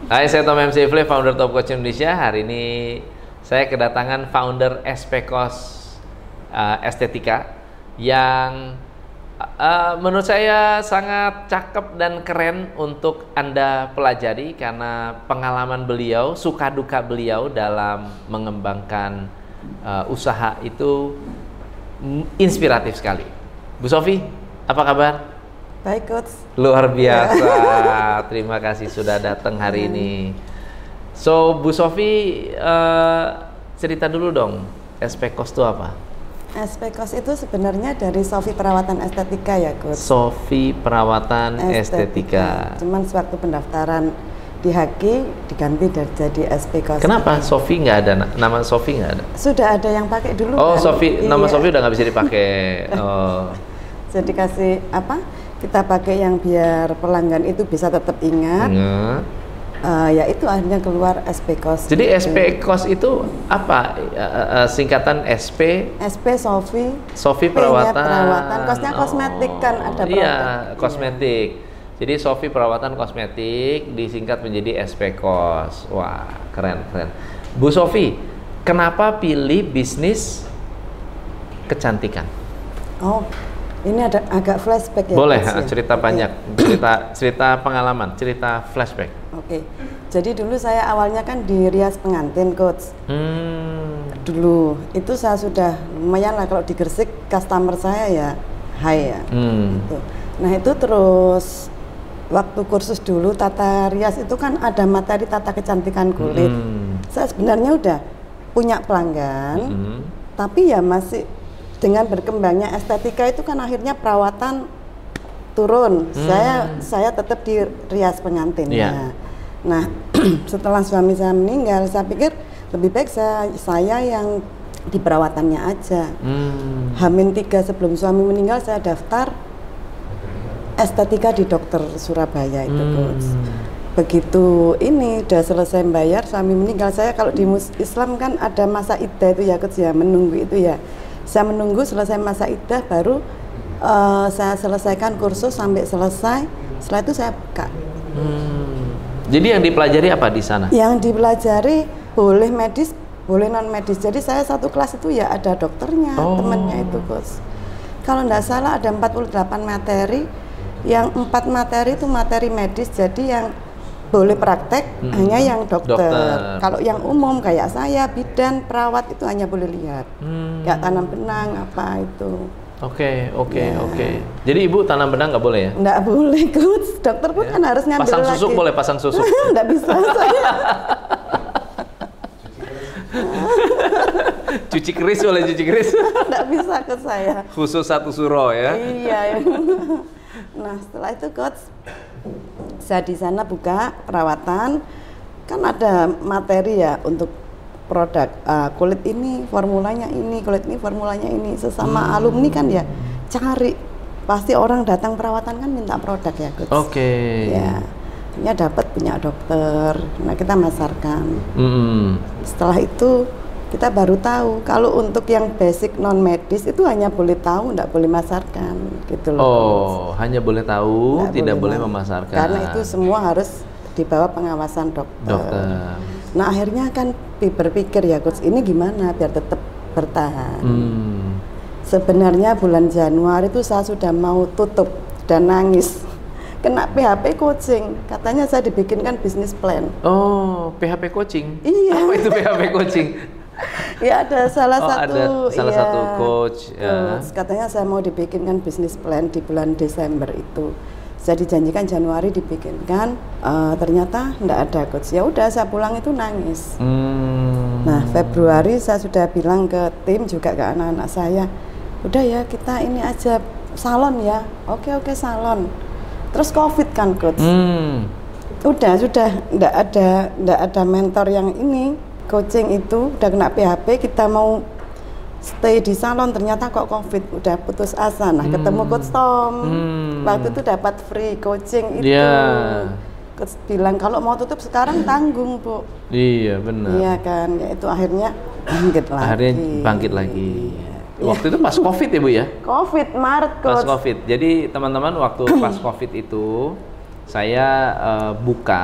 Hai, saya Tom MC Ifle, founder Top Coach Indonesia. Hari ini saya kedatangan founder SP Kos Estetika yang menurut saya sangat cakep dan keren untuk Anda pelajari karena pengalaman beliau, suka duka beliau dalam mengembangkan usaha itu inspiratif sekali. Bu Sofi, apa kabar? Baik, Coach. Luar biasa. Terima kasih sudah datang hari ini. So, Bu Sofi, cerita dulu dong, SP Kos itu apa? SP Kos itu sebenarnya dari Sofi Perawatan Estetika ya, Coach. Sofi Perawatan Estetika. Cuman sewaktu pendaftaran di Haki diganti jadi SP Kos. Kenapa Sofi nggak ada? Nama Sofi nggak ada? Sudah ada yang pakai dulu. Oh, kan? Sofi, nama Iya. Sofi udah nggak bisa dipakai. Oh. Jadi kasih apa? Kita pakai yang biar pelanggan itu bisa tetap ingat. Ya itu akhirnya keluar SP Kos. Jadi gitu. SP Kos itu apa? Singkatan SP? SP Sofi. Sofi P-nya Perawatan. Kosnya kosmetik kan ada produk. Iya, kosmetik. Jadi Sofi Perawatan Kosmetik disingkat menjadi SP Kos. Wah, keren, keren. Bu Sofi, kenapa pilih bisnis kecantikan? Oh, ini ada agak flashback ya. Boleh, Coach, ya? cerita banyak, cerita pengalaman, cerita flashback. Oke. Jadi dulu saya awalnya kan di rias pengantin, Coach. Dulu itu saya sudah lumayan lah kalau di Gresik customer saya ya high ya. Gitu. Nah itu terus waktu kursus dulu tata rias itu kan ada materi tata kecantikan kulit. Saya sebenarnya udah punya pelanggan, tapi ya masih dengan berkembangnya estetika itu kan akhirnya perawatan turun. Saya tetap di rias pengantin. Yeah. Nah, setelah suami saya meninggal, saya pikir lebih baik saya yang di perawatannya aja. H-3 sebelum suami meninggal saya daftar estetika di dokter Surabaya itu, Coach. Begitu ini udah selesai bayar, suami meninggal, saya kalau di Islam kan ada masa iddah itu ya, Coach ya, menunggu itu ya. Saya menunggu selesai masa iddah baru saya selesaikan kursus sampai selesai. Setelah itu saya buka. Jadi yang dipelajari apa di sana? Yang dipelajari boleh medis, boleh non medis. Jadi saya satu kelas itu ya ada dokternya, temennya itu, Coach. Kalau nggak salah ada 48 materi, yang 4 materi itu materi medis. Jadi yang boleh praktek hanya yang dokter. Kalau yang umum kayak saya, bidan, perawat itu hanya boleh lihat. Kayak tanam benang apa itu. Oke. Jadi ibu tanam benang nggak boleh ya? Nggak boleh, Coach. Dokter pun kan harus ngambil pasang lagi. susuk boleh, pasang susuk? Nggak bisa saya. Cuci keris boleh, cuci keris? Nggak bisa ke saya. Khusus satu suro ya? Iya. Nah setelah itu, Coach, saya di sana buka perawatan, kan ada materi ya untuk produk kulit ini formulanya ini, kulit ini formulanya ini. Sesama alumni kan ya cari, pasti orang datang perawatan kan minta produk ya, Coach. Oke. Ya, akhirnya dapat punya dokter. Nah kita masarkan. Setelah itu kita baru tahu kalau untuk yang basic non medis itu hanya boleh tahu, nggak boleh masarkan gitu loh. Oh, hanya boleh tahu, Nggak tidak boleh memasarkan. Karena itu semua harus di bawah pengawasan dokter. Nah akhirnya kan berpikir ya, Coach, ini gimana biar tetap bertahan. Sebenarnya bulan Januari itu saya sudah mau tutup dan nangis. Kena PHP coaching, katanya saya dibikinkan bisnis plan. Oh, PHP coaching? Iya. Apa itu PHP coaching? Ya ada salah satu coach, ya. Katanya saya mau dibikinkan bisnis plan di bulan Desember itu. Saya dijanjikan Januari dibikinkan, ternyata enggak ada, Coach. Ya udah saya pulang itu nangis. Nah Februari saya sudah bilang ke tim juga ke anak-anak saya, udah ya kita ini aja salon ya. Oke salon. Terus COVID kan, Coach. Sudah enggak ada mentor yang ini. Coaching itu udah kena PHP, kita mau stay di salon ternyata kok COVID, udah putus asa. Nah ketemu Coach Tom, waktu itu dapat free coaching itu. Coach bilang kalau mau tutup sekarang tanggung, Bu. Iya benar. Iya kan, ya itu akhirnya bangkit lagi. Waktu itu pas COVID ya Bu ya? COVID, Maret, Coach. Pas COVID, jadi teman-teman waktu pas COVID itu saya buka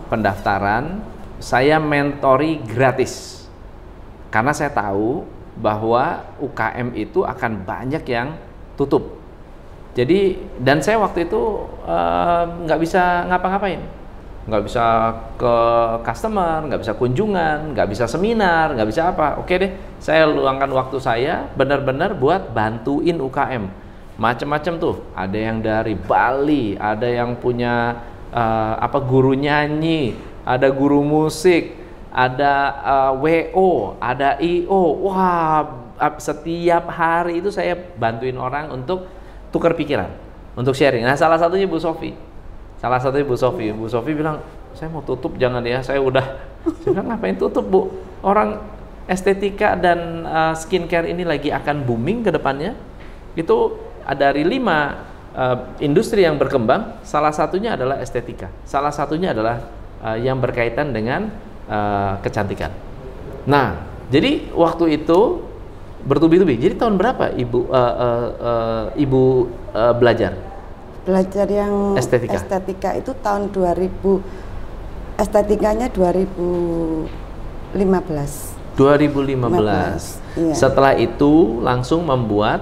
pendaftaran, saya mentori gratis. Karena saya tahu bahwa UKM itu akan banyak yang tutup. Jadi, dan saya waktu itu nggak bisa ngapa-ngapain. Nggak bisa ke customer, nggak bisa kunjungan, nggak bisa seminar, nggak bisa apa. Oke deh, saya luangkan waktu saya benar-benar buat bantuin UKM. Macam-macam tuh, ada yang dari Bali, ada yang punya guru nyanyi, ada guru musik, ada WO, ada IO. Wah, setiap hari itu saya bantuin orang untuk tukar pikiran, untuk sharing. Nah, salah satunya Bu Sofi. Bu Sofi bilang, saya mau tutup jangan ya, saya bilang ngapain tutup Bu? Orang estetika dan skincare ini lagi akan booming ke depannya. Itu dari 5 industri yang berkembang, salah satunya adalah estetika. Salah satunya adalah yang berkaitan dengan kecantikan. Nah, jadi waktu itu bertubi-tubi. Jadi tahun berapa Ibu belajar? Belajar yang estetika itu tahun 2000, estetikanya 2015. Iya. Setelah itu langsung membuat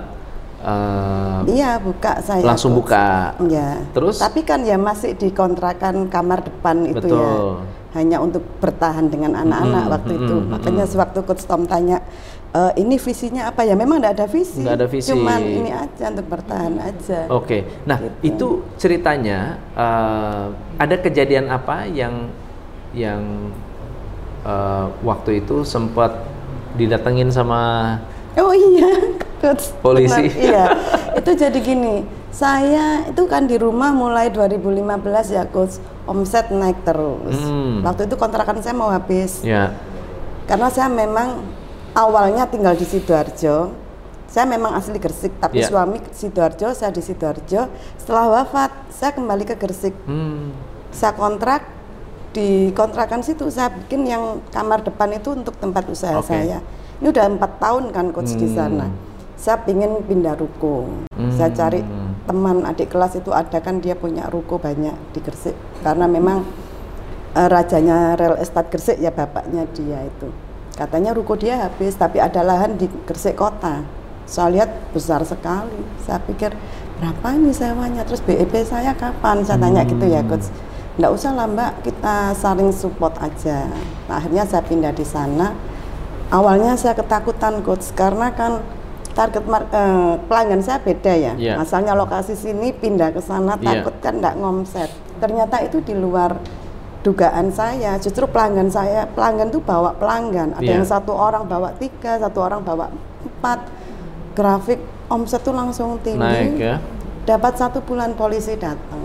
buka saya. Langsung buka. Iya. Terus? Tapi kan ya masih dikontrakan kamar depan itu. Betul. Ya. Hanya untuk bertahan dengan anak-anak waktu itu. Makanya sewaktu Coach Tom tanya, ini visinya apa ya? Memang nggak ada visi. Nggak ada visi. Cuman ini aja untuk bertahan aja. Oke. Nah, gitu. Itu ceritanya ada kejadian apa yang waktu itu sempat didatengin sama Coach, polisi? Benar, iya. Itu jadi gini. Saya itu kan di rumah mulai 2015 ya Coach, omset naik terus. Waktu itu kontrakan saya mau habis. Yeah. Karena saya memang awalnya tinggal di Sidoarjo. Saya memang asli Gresik, tapi suami Sidoarjo, saya di Sidoarjo. Setelah wafat, saya kembali ke Gresik. Saya kontrak di kontrakan situ, saya bikin yang kamar depan itu untuk tempat usaha saya. Ini udah 4 tahun kan Coach di sana. Saya pingin pindah ruko. Saya cari teman adik kelas itu ada kan dia punya ruko banyak di Gresik. Karena memang rajanya real estate Gresik ya bapaknya dia itu. Katanya ruko dia habis, tapi ada lahan di Gresik kota. Saya lihat besar sekali. Saya pikir berapa ini sewanya? Terus BEP saya kapan? Saya tanya gitu ya Coach. Nggak usah lah Mbak, kita saling support aja. Nah, akhirnya saya pindah di sana. Awalnya saya ketakutan Coach, karena kan target pelanggan saya beda ya. Asalnya lokasi sini pindah ke sana, takut kan nggak ngomset. Ternyata itu di luar dugaan saya. Justru pelanggan tuh bawa pelanggan. Ada yang 1 orang bawa 3, 1 orang bawa 4. Grafik omset tuh langsung tinggi. Naik ya. Dapat 1 bulan polisi datang.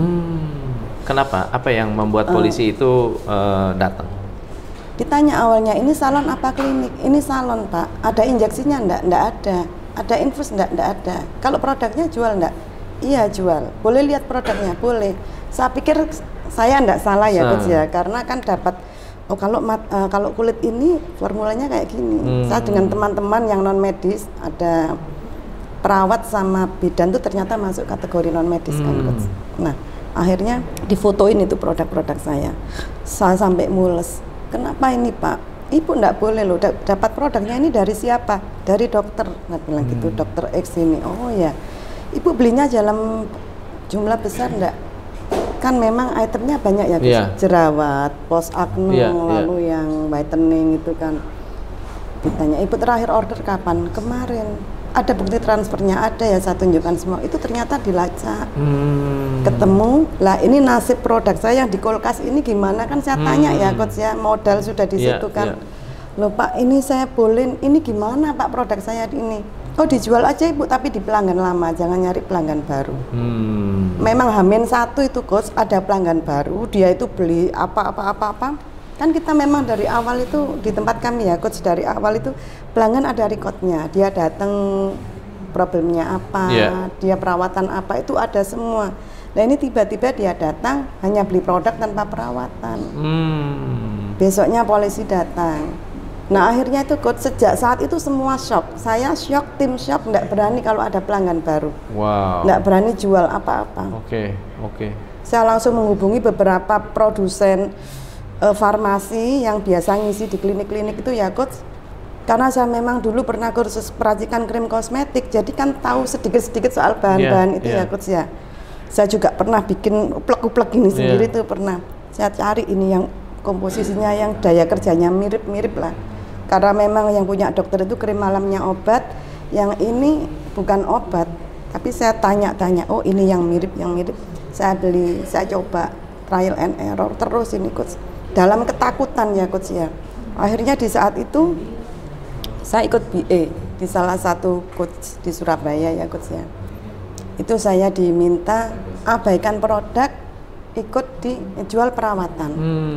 Kenapa? Apa yang membuat polisi itu datang? Ditanya awalnya, ini salon apa klinik? Ini salon Pak. Ada injeksinya enggak? Enggak ada. Ada infus enggak? Enggak ada. Kalau produknya jual enggak? Iya jual. Boleh lihat produknya? Boleh. Saya pikir saya enggak salah ya Coach ya, karena kan dapat kalau kulit ini formulanya kayak gini. Saya dengan teman-teman yang non medis, ada perawat sama bidan tuh ternyata masuk kategori non medis kan Coach. Nah, akhirnya difotoin itu produk-produk saya. Saya sampai mules. Kenapa ini Pak? Ibu enggak boleh loh, dapat produknya ini dari siapa? Dari dokter, nggak bilang gitu, dokter X ini. Oh ya, Ibu belinya dalam jumlah besar enggak? Kan memang itemnya banyak ya, jerawat, post acne, lalu yang whitening itu kan. Ditanya, Ibu terakhir order kapan? Kemarin. Ada bukti transfernya, ada ya, saya tunjukkan semua. Itu ternyata dilacak. Ketemu, lah ini nasib produk saya yang di kulkas ini gimana, kan saya tanya ya Coach ya, modal sudah di situ kan. Loh Pak, ini saya boleh, ini gimana Pak produk saya ini? Oh dijual aja Ibu, tapi di pelanggan lama, jangan nyari pelanggan baru. Memang H-1 itu Coach, ada pelanggan baru, dia itu beli apa. Kan kita memang dari awal itu di tempat kami ya Coach, dari awal itu pelanggan ada recordnya, dia datang problemnya apa, dia perawatan apa, itu ada semua. Nah ini tiba-tiba dia datang hanya beli produk tanpa perawatan. Besoknya polisi datang. Nah akhirnya itu Coach, sejak saat itu semua shock. Saya shock, tim shock, nggak berani kalau ada pelanggan baru. Nggak berani jual apa-apa. Oke. Saya langsung menghubungi beberapa produsen farmasi yang biasa ngisi di klinik-klinik itu ya coach. Karena saya memang dulu pernah kursus peracikan krim kosmetik, jadi kan tahu sedikit-sedikit soal bahan-bahan itu ya coach ya. Saya juga pernah bikin uplek-uplek ini sendiri tuh pernah. Saya cari ini yang komposisinya yang daya kerjanya mirip-mirip lah. Karena memang yang punya dokter itu krim malamnya obat, yang ini bukan obat. Tapi saya tanya-tanya, oh ini yang mirip. Saya beli, saya coba trial and error terus ini coach. Dalam ketakutan ya coach ya. Akhirnya di saat itu saya ikut BA di salah satu coach di Surabaya ya coach ya. Itu saya diminta abaikan produk, ikut jual perawatan.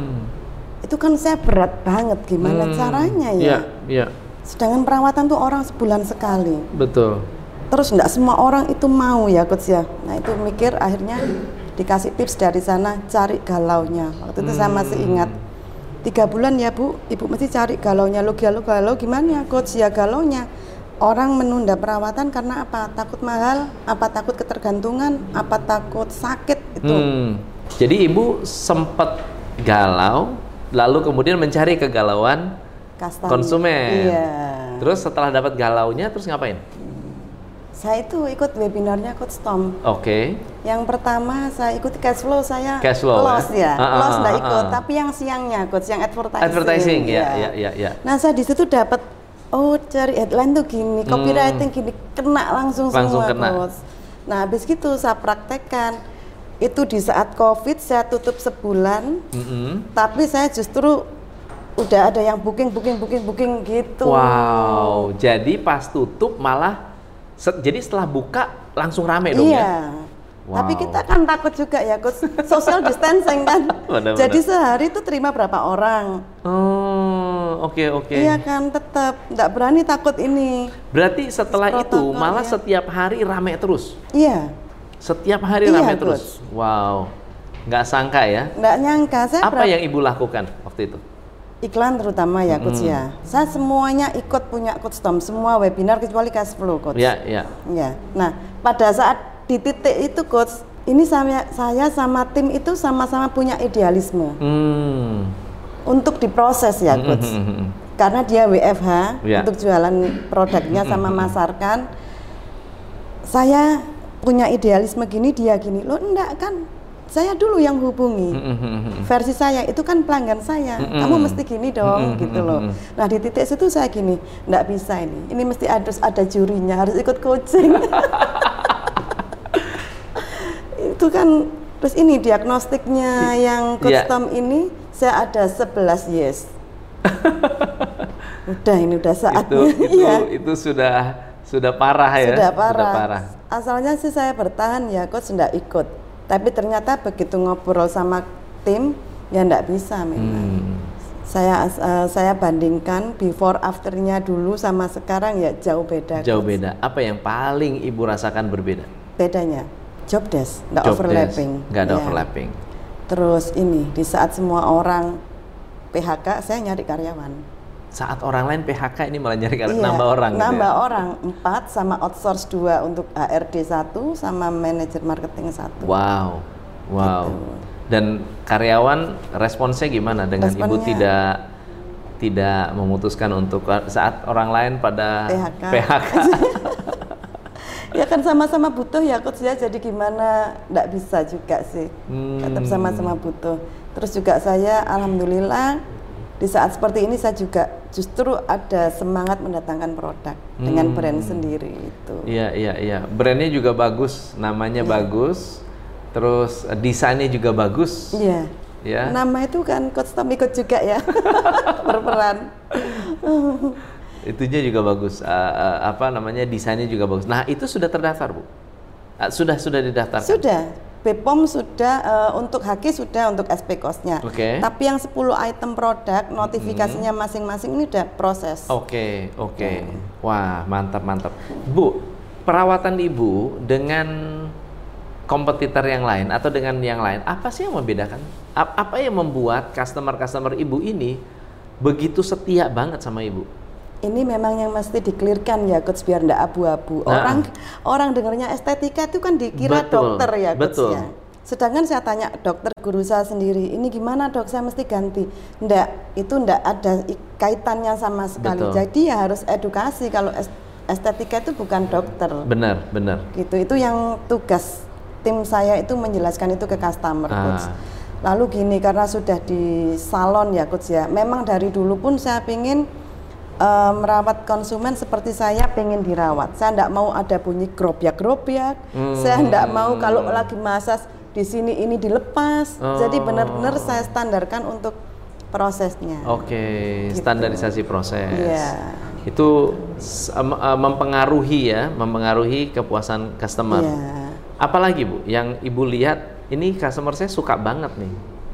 Itu kan saya berat banget, gimana caranya ya? Sedangkan perawatan tuh orang sebulan sekali. Betul. Terus enggak semua orang itu mau ya coach ya. Nah itu mikir akhirnya dikasih tips dari sana, cari galaunya. Waktu itu saya masih ingat 3 bulan ya Bu, Ibu mesti cari galaunya. Lo galau gimana ya coach ya? Galaunya orang menunda perawatan karena apa? Takut mahal, apa takut ketergantungan, apa takut sakit itu. Jadi Ibu sempat galau, lalu kemudian mencari kegalauan konsumen. Iya. Terus setelah dapat galaunya, terus ngapain? Saya itu ikut webinarnya Coach Tom. Oke. Yang pertama saya ikut cash flow, saya close ya. Close nggak ikut, tapi yang siangnya Coach, yang advertising. Advertising, ya. Nah saya di situ dapat, cari headline tuh gini, copywriting gini, kena langsung semua Coach. Nah habis gitu saya praktekkan. Itu di saat COVID saya tutup sebulan, tapi saya justru udah ada yang booking gitu. Wow, jadi pas tutup malah jadi setelah buka langsung rame dong ya? Wow. Tapi kita kan takut juga ya coach, social distancing kan. Jadi sehari itu terima berapa orang? Oke. Iya kan, tetap nggak berani takut ini. Berarti setelah itu malah setiap hari rame terus? Iya. Setiap hari rame terus? Wow, nggak sangka ya? Nggak nyangka. Apa yang Ibu lakukan waktu itu? Iklan terutama ya coach ya. Saya semuanya ikut punya Coach Tom, semua webinar kecuali cash flow coach. Iya. Nah, pada saat di titik itu coach, ini saya sama tim itu sama-sama punya idealisme. Untuk diproses ya coach. Karena dia WFH untuk jualan produknya sama masarkan. Saya punya idealisme gini, dia gini. Loh enggak kan? Saya dulu yang hubungi, versi saya itu kan pelanggan saya, kamu mesti gini dong, gitu loh. Nah di titik situ saya gini, nggak bisa ini mesti ada jurinya, harus ikut coaching. Itu kan, terus ini diagnostiknya yang Coach Tom ini, saya ada 11 yes. Udah saatnya. Itu sudah parah ya? Sudah parah. Asalnya sih saya bertahan ya, Coach nggak ikut. Tapi ternyata begitu ngobrol sama tim, ya nggak bisa memang. Saya bandingkan before afternya dulu sama sekarang ya jauh beda. Jauh beda. Apa yang paling Ibu rasakan berbeda? Bedanya job desk, nggak overlapping. Nggak ada overlapping. Terus ini di saat semua orang PHK, saya nyari karyawan. Saat orang lain PHK ini malah nyari karyawan, nambah orang. Nambah orang 4 sama outsource 2 untuk HRD 1 sama manajer marketing 1. Wow. Gitu. Dan karyawan responsnya gimana dengan Ibu tidak memutuskan untuk saat orang lain pada PHK? Ya kan sama-sama butuh ya coach ya, jadi gimana nggak bisa juga sih. Tetap sama-sama butuh. Terus juga saya alhamdulillah di saat seperti ini saya juga justru ada semangat mendatangkan produk dengan brand sendiri itu. Iya. Brandnya juga bagus, namanya bagus, terus desainnya juga bagus. Iya. Ya. Nama itu kan Coach Tom ikut juga ya, berperan. Itunya juga bagus, desainnya juga bagus. Nah itu sudah terdaftar Bu? Sudah didaftarkan? Sudah. BPOM sudah, untuk HQ sudah, untuk SP Cost-nya. Tapi yang 10 item produk, notifikasinya masing-masing ini udah proses. Oke. Wah, mantap. Bu, perawatan Ibu dengan kompetitor yang lain atau dengan yang lain, apa sih yang membedakan? Apa yang membuat customer Ibu ini begitu setia banget sama Ibu? Ini memang yang mesti di-clearkan ya coach, biar ndak abu-abu. Orang dengarnya estetika itu kan dikira dokter ya coach ya. Sedangkan saya tanya dokter guru saya sendiri, ini gimana dok, saya mesti ganti? Itu ndak ada kaitannya sama sekali. Betul. Jadi ya harus edukasi, kalau estetika itu bukan dokter. Benar. Gitu, itu yang tugas tim saya itu menjelaskan itu ke customer, Coach. Lalu gini, karena sudah di salon ya Coach ya, memang dari dulu pun saya pingin merawat konsumen seperti saya pengen dirawat. Saya enggak mau ada bunyi gerobyak-gerobyak. Saya enggak mau kalau lagi massage di sini ini dilepas. Jadi benar-benar saya standarkan untuk prosesnya. Oke, Gitu. standarisasi proses. Iya. Itu mempengaruhi kepuasan customer. Iya. Apalagi Bu, yang Ibu lihat ini customer saya suka banget nih.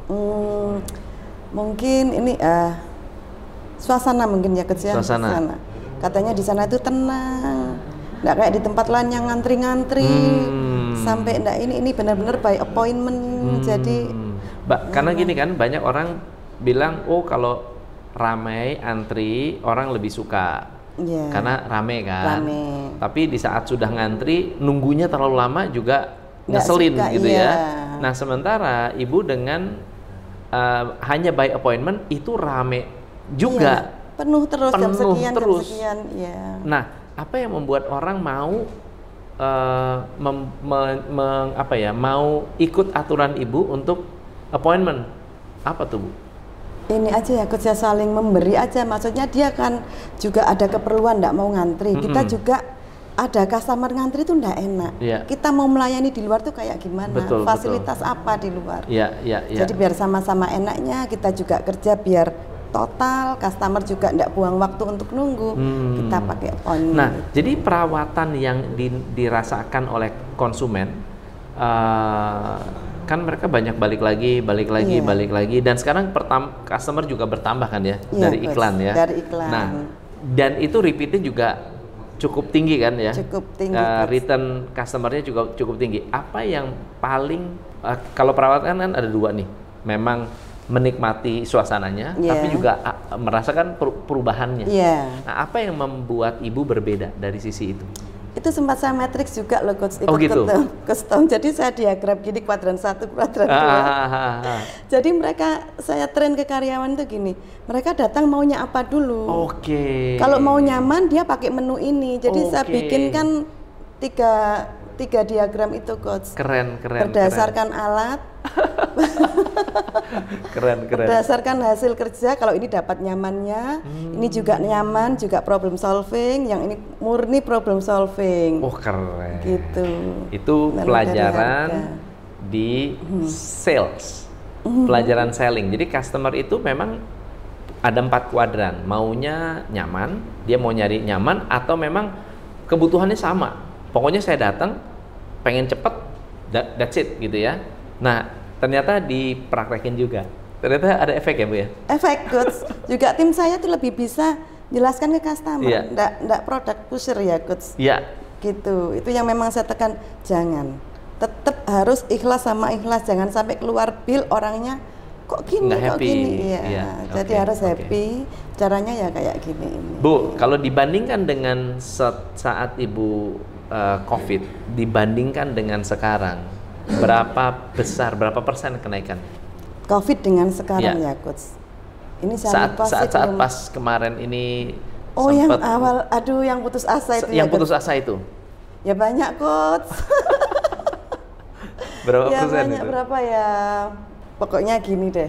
Mungkin ini suasana mungkin ya Coach ya. Suasana. Katanya di sana itu tenang. Nggak kayak di tempat lain yang ngantri-ngantri. Sampai enggak, ini benar-benar by appointment. Jadi karena gini kan, banyak orang bilang, oh kalau ramai antri orang lebih suka. Yeah. Karena rame kan. Rame. Tapi di saat sudah ngantri, nunggunya terlalu lama juga Nggak ngeselin suka, gitu iya. ya. Nah sementara Ibu dengan hanya by appointment itu rame juga. Iya, penuh terus jam sekian, terus. jam sekian. Ya. Nah, apa yang membuat orang mau mau ikut aturan Ibu untuk appointment? Apa tuh Bu? Ini aja ya Coach ya, saling memberi aja. Maksudnya dia kan juga ada keperluan, nggak mau ngantri. Kita juga ada customer ngantri itu nggak enak. Yeah. Kita mau melayani di luar tuh kayak gimana? Betul, Fasilitas apa di luar? Iya. Jadi biar sama-sama enaknya, kita juga kerja biar total, customer juga nggak buang waktu untuk nunggu. Kita pakai appointment. Nah, jadi perawatan yang dirasakan oleh konsumen, kan mereka banyak balik lagi, dan sekarang customer juga bertambah kan ya, dari iklan ya. Dari iklan. Nah, dan itu repeatnya juga cukup tinggi kan ya. Cukup tinggi. Return customernya juga cukup tinggi. Apa yang paling kalau perawatan kan ada dua nih, memang menikmati suasananya, tapi juga merasakan perubahannya. Nah, apa yang membuat Ibu berbeda dari sisi itu? Itu sempat saya matrix juga loh Coach, ikut gitu? custom. Jadi saya diagram gini, kuadran 1, kuadran 2. Jadi saya train ke karyawan itu gini, mereka datang maunya apa dulu. Kalau mau nyaman dia pakai menu ini. Jadi saya bikinkan tiga diagram itu Coach. Keren. Berdasarkan alat. Keren. Berdasarkan hasil kerja, kalau ini dapat nyamannya, ini juga nyaman, juga problem solving, yang ini murni problem solving. Oh keren. Gitu. Itu pelajaran di sales, pelajaran selling. Jadi customer itu memang ada 4 kuadran, maunya nyaman, dia mau nyari nyaman atau memang kebutuhannya sama. Pokoknya saya datang, pengen cepet, that's it gitu ya. Nah, ternyata dipraktekin juga. Ternyata ada efek ya Bu ya? Efek Coach. Juga tim saya tuh lebih bisa jelaskan ke customer. Nggak product pusher ya Coach. Iya. Gitu. Itu yang memang saya tekan, jangan. Tetap harus ikhlas sama ikhlas. Jangan sampai keluar bill orangnya kok gini, kok gini. Iya. Jadi harus happy. Caranya ya kayak gini. Bu, kalau dibandingkan dengan saat Ibu COVID, dibandingkan dengan sekarang, berapa persen kenaikan? COVID dengan sekarang ya Coach. Ini saat pas kemarin ini. Oh yang awal, yang putus asa itu. Yang putus asa itu? Ya banyak Coach. Berapa ya persen banyak, itu? Berapa ya? Pokoknya gini deh.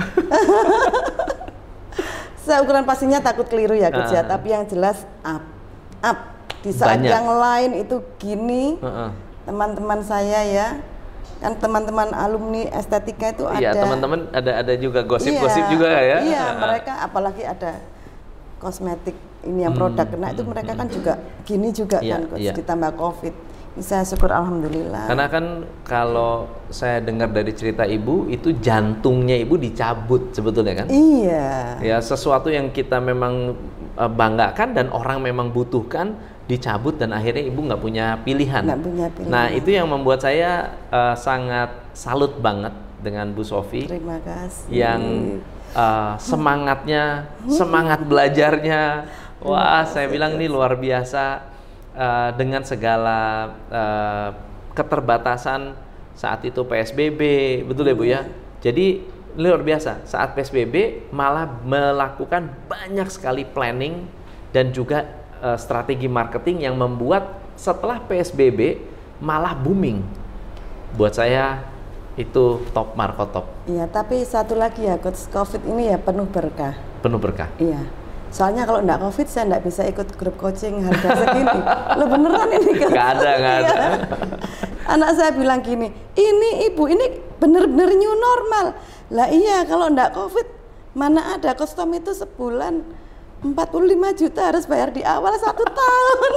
Saya ukuran pastinya takut keliru ya Coach ya, tapi yang jelas up. Di saat banyak. Yang lain itu gini, teman-teman saya ya, kan teman-teman alumni estetika itu ada. Iya, teman-teman ada juga gosip-gosip juga ya. Iya, mereka apalagi ada kosmetik ini yang produk kena itu mereka kan juga gini juga kan Coach, ditambah COVID. Saya syukur alhamdulillah. Karena kan kalau saya dengar dari cerita Ibu, itu jantungnya Ibu dicabut sebetulnya kan? Iya. Ya, sesuatu yang kita memang banggakan dan orang memang butuhkan dicabut dan akhirnya Ibu nggak punya pilihan. Nah, itu yang membuat saya sangat salut banget dengan Bu Sofi. Terima kasih. Yang semangatnya, semangat belajarnya, wah saya bilang ini luar biasa. Dengan segala keterbatasan saat itu PSBB, betul ya Bu ya? Jadi luar biasa, saat PSBB malah melakukan banyak sekali planning dan juga strategi marketing yang membuat setelah PSBB malah booming. Buat saya itu top marko top. Iya, tapi satu lagi ya, Coach, COVID ini ya penuh berkah. Penuh berkah. Iya. Soalnya kalau enggak COVID saya enggak bisa ikut grup coaching harga segini. Lo beneran ini kan? Nggak ada. Iya. Anak saya bilang gini, ini ibu ini bener-bener new normal. Lah iya, kalau enggak COVID mana ada kostum itu sebulan 45 juta harus bayar di awal 1 tahun.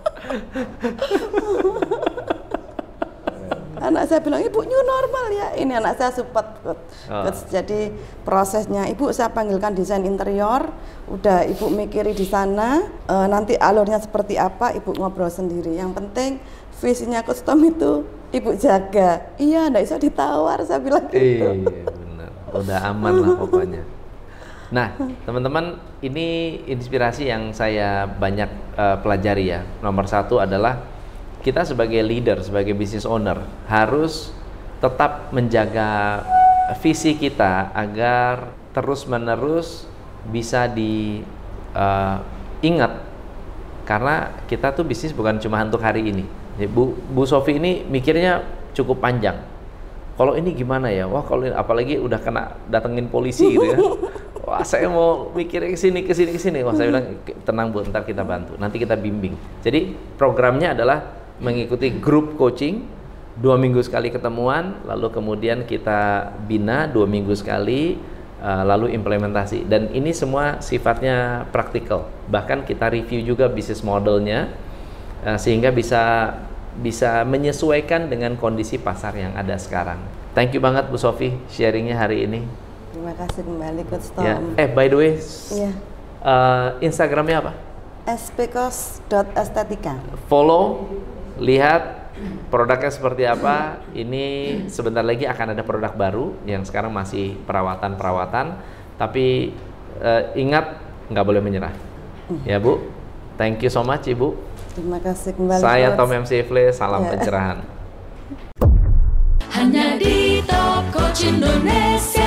Anak saya bilang, ibu new normal ya. Ini anak saya support. Jadi prosesnya ibu saya panggilkan desain interior, udah ibu mikiri di sana, nanti alurnya seperti apa ibu ngobrol sendiri. Yang penting visinya custom itu ibu jaga. Iya, nggak bisa ditawar, saya bilang gitu. Iya benar, udah aman lah pokoknya. Nah teman-teman, ini inspirasi yang saya banyak pelajari ya. Nomor 1 adalah kita sebagai leader, sebagai business owner harus tetap menjaga visi kita agar terus-menerus bisa diingat, karena kita tuh bisnis bukan cuma untuk hari ini. Bu Sofi ini mikirnya cukup panjang. Kalau ini gimana ya? Wah, kalau apalagi udah kena datengin polisi gitu ya. Wah, saya mau mikirnya ke sini. Wah, saya bilang tenang Bu, ntar kita bantu. Nanti kita bimbing. Jadi programnya adalah mengikuti grup coaching 2 minggu sekali ketemuan, lalu kemudian kita bina 2 minggu sekali, lalu implementasi. Dan ini semua sifatnya praktikal. Bahkan kita review juga bisnis modelnya, sehingga bisa menyesuaikan dengan kondisi pasar yang ada sekarang. Thank you banget Bu Sofi sharingnya hari ini. Terima kasih kembali Coach Tom. Ya. By the way, Instagramnya apa? spkos.estetika. Follow, lihat produknya seperti apa. Ini sebentar lagi akan ada produk baru yang sekarang masih perawatan, tapi ingat nggak boleh menyerah. Ya Bu, thank you so much Ibu. Terima kasih kembali. Saya Tom MC Ifle, salam pencerahan. Hanya di Top Coach Indonesia.